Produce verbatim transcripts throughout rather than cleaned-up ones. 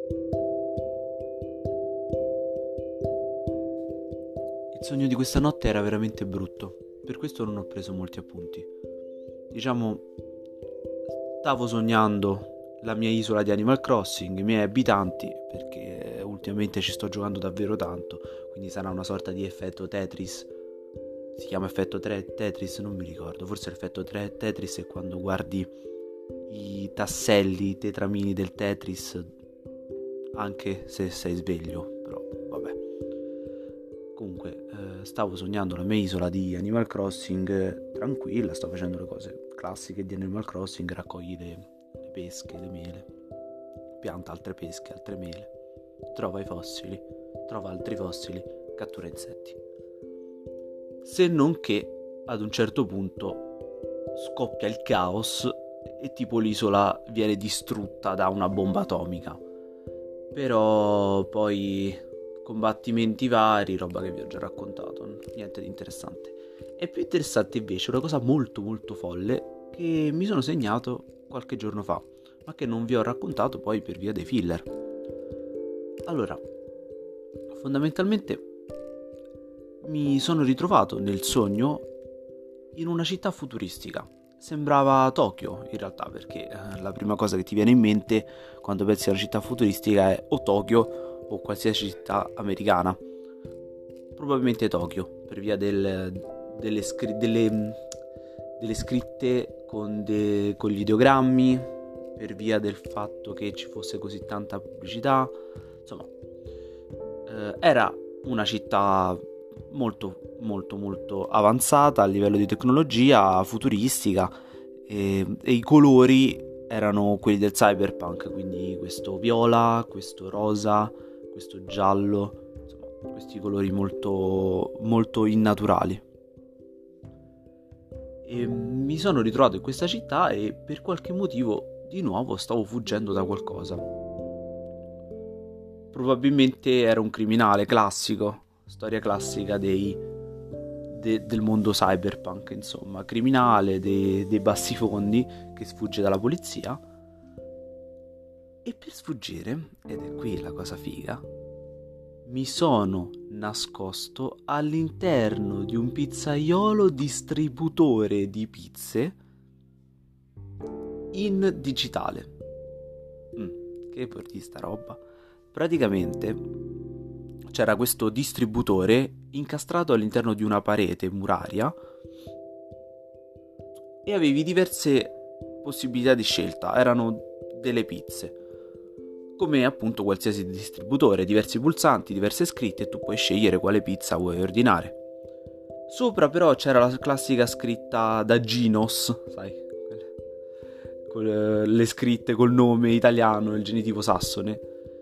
Il sogno di questa notte era veramente brutto, per questo non ho preso molti appunti. Diciamo, stavo sognando la mia isola di Animal Crossing, i miei abitanti, perché ultimamente ci sto giocando davvero tanto, quindi sarà una sorta di effetto Tetris. Si chiama effetto tre- Tetris, non mi ricordo, forse l'effetto tre- Tetris è quando guardi i tasselli, i tetramini del Tetris, anche se sei sveglio, però vabbè. Comunque, eh, stavo sognando la mia isola di Animal Crossing eh, tranquilla, sto facendo le cose classiche di Animal Crossing, raccogli le, le pesche, le mele, pianta altre pesche, altre mele, trova i fossili, trova altri fossili, cattura insetti. Se non che ad un certo punto scoppia il caos e tipo l'isola viene distrutta da una bomba atomica. Però poi combattimenti vari, roba che vi ho già raccontato, niente di interessante. È più interessante invece una cosa molto molto folle che mi sono segnato qualche giorno fa, ma che non vi ho raccontato poi per via dei filler. Allora, fondamentalmente mi sono ritrovato nel sogno in una città futuristica. Sembrava Tokyo in realtà, perché eh, la prima cosa che ti viene in mente quando pensi a una città futuristica è o Tokyo o qualsiasi città americana. Probabilmente Tokyo, per via del, delle, scri- delle, delle scritte con, de- con gli ideogrammi, per via del fatto che ci fosse così tanta pubblicità. Insomma, eh, era una città molto molto molto avanzata a livello di tecnologia, futuristica, e, e i colori erano quelli del cyberpunk, quindi questo viola, questo rosa, questo giallo, insomma, questi colori molto molto innaturali. E mi sono ritrovato in questa città e per qualche motivo di nuovo stavo fuggendo da qualcosa. Probabilmente era un criminale classico, storia classica dei, de, del mondo cyberpunk, insomma, criminale dei, dei bassi fondi che sfugge dalla polizia. E per sfuggire, ed è qui la cosa figa, mi sono nascosto all'interno di un pizzaiolo distributore di pizze in digitale. Mm, che porti sta roba? Praticamente c'era questo distributore incastrato all'interno di una parete muraria e avevi diverse possibilità di scelta, erano delle pizze. Come appunto qualsiasi distributore, diversi pulsanti, diverse scritte e tu puoi scegliere quale pizza vuoi ordinare. Sopra però c'era la classica scritta da Ginos, sai, con le scritte col nome italiano e il genitivo sassone.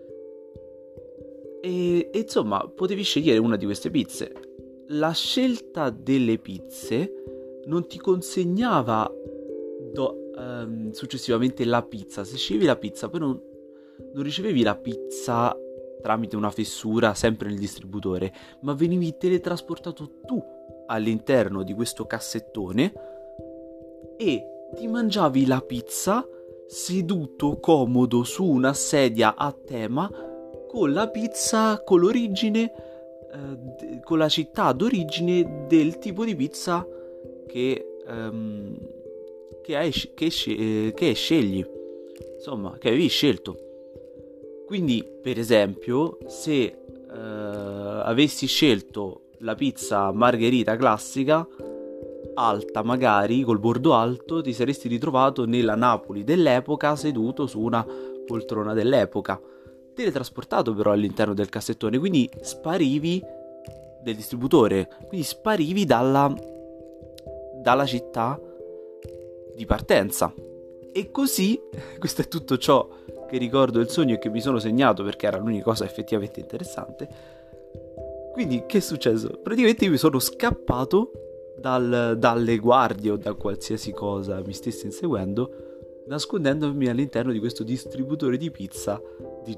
E, e insomma, potevi scegliere una di queste pizze. La scelta delle pizze non ti consegnava do, um, successivamente la pizza. Se sceglievi la pizza, poi non, non ricevevi la pizza tramite una fessura sempre nel distributore, ma venivi teletrasportato tu all'interno di questo cassettone e ti mangiavi la pizza seduto comodo su una sedia a tema con la pizza con l'origine, eh, con la città d'origine del tipo di pizza che, um, che, hai, che, eh, che scegli, insomma, che avevi scelto. Quindi, per esempio, se eh, avessi scelto la pizza margherita classica, alta magari, col bordo alto, ti saresti ritrovato nella Napoli dell'epoca seduto su una poltrona dell'epoca. Teletrasportato però all'interno del cassettone, quindi sparivi del distributore, quindi sparivi dalla, dalla città di partenza. E così, questo è tutto ciò che ricordo del sogno e che mi sono segnato perché era l'unica cosa effettivamente interessante. Quindi che è successo? Praticamente io mi sono scappato dal, dalle guardie o da qualsiasi cosa mi stesse inseguendo, nascondendomi all'interno di questo distributore di pizza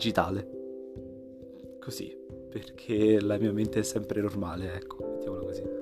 digitale. Così, perché la mia mente è sempre normale, ecco, mettiamola così.